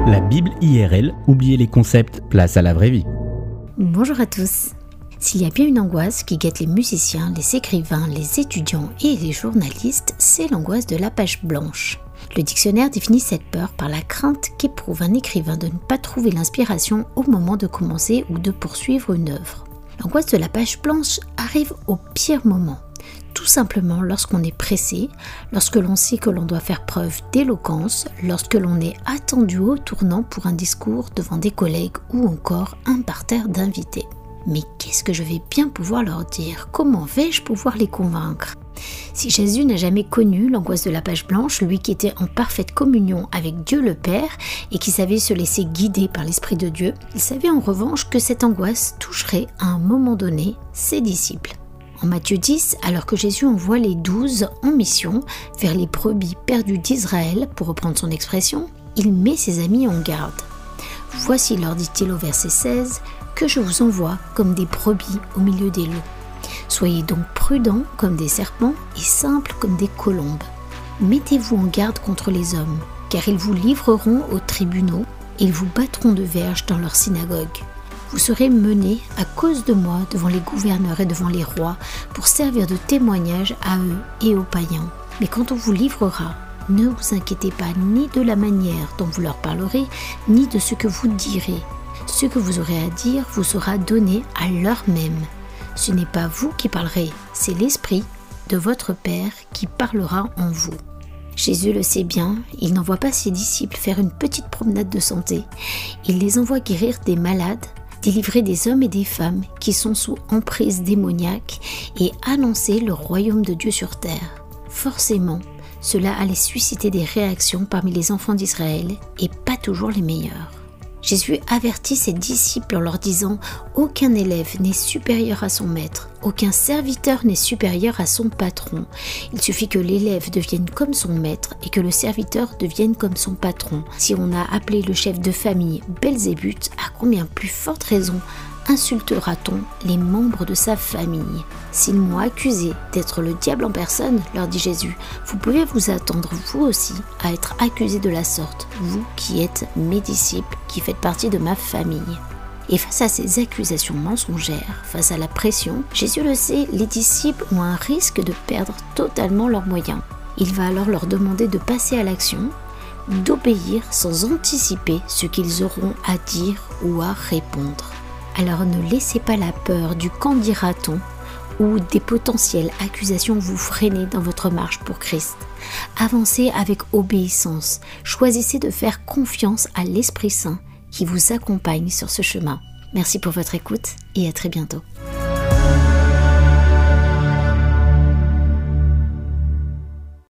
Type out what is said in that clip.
La Bible IRL, oubliez les concepts, place à la vraie vie. Bonjour à tous. S'il y a bien une angoisse qui guette les musiciens, les écrivains, les étudiants et les journalistes, c'est l'angoisse de la page blanche. Le dictionnaire définit cette peur par la crainte qu'éprouve un écrivain de ne pas trouver l'inspiration au moment de commencer ou de poursuivre une œuvre. L'angoisse de la page blanche arrive au pire moment. Tout simplement lorsqu'on est pressé, lorsque l'on sait que l'on doit faire preuve d'éloquence, lorsque l'on est attendu au tournant pour un discours devant des collègues ou encore un parterre d'invités. Mais qu'est-ce que je vais bien pouvoir leur dire? Comment vais-je pouvoir les convaincre? Si Jésus n'a jamais connu l'angoisse de la page blanche, lui qui était en parfaite communion avec Dieu le Père et qui savait se laisser guider par l'Esprit de Dieu, il savait en revanche que cette angoisse toucherait à un moment donné ses disciples. En Matthieu 10, alors que Jésus envoie les 12 en mission vers les brebis perdues d'Israël, pour reprendre son expression, il met ses amis en garde. « Voici, leur dit-il au verset 16, que je vous envoie comme des brebis au milieu des loups. Soyez donc prudents comme des serpents et simples comme des colombes. Mettez-vous en garde contre les hommes, car ils vous livreront aux tribunaux et ils vous battront de verges dans leurs synagogues. Vous serez menés à cause de moi devant les gouverneurs et devant les rois pour servir de témoignage à eux et aux païens. Mais quand on vous livrera, ne vous inquiétez pas ni de la manière dont vous leur parlerez, ni de ce que vous direz. Ce que vous aurez à dire vous sera donné à l'heure même. Ce n'est pas vous qui parlerez, c'est l'Esprit de votre Père qui parlera en vous. » Jésus le sait bien, il n'envoie pas ses disciples faire une petite promenade de santé. Il les envoie guérir des malades, délivrer des hommes et des femmes qui sont sous emprise démoniaque et annoncer le royaume de Dieu sur terre. Forcément, cela allait susciter des réactions parmi les enfants d'Israël et pas toujours les meilleures. Jésus avertit ses disciples en leur disant « Aucun élève n'est supérieur à son maître, aucun serviteur n'est supérieur à son patron. Il suffit que l'élève devienne comme son maître et que le serviteur devienne comme son patron. Si on a appelé le chef de famille Belzébuth, à combien plus forte raison insultera-t-on les membres de sa famille? S'ils m'ont accusé d'être le diable en personne, leur dit Jésus, vous pouvez vous attendre vous aussi à être accusés de la sorte, vous qui êtes mes disciples, qui faites partie de ma famille. » Et face à ces accusations mensongères, face à la pression, Jésus le sait, les disciples ont un risque de perdre totalement leurs moyens. Il va alors leur demander de passer à l'action, d'obéir sans anticiper ce qu'ils auront à dire ou à répondre. Alors ne laissez pas la peur du qu'en dira-t-on ou des potentielles accusations vous freiner dans votre marche pour Christ. Avancez avec obéissance, choisissez de faire confiance à l'Esprit Saint qui vous accompagne sur ce chemin. Merci pour votre écoute et à très bientôt.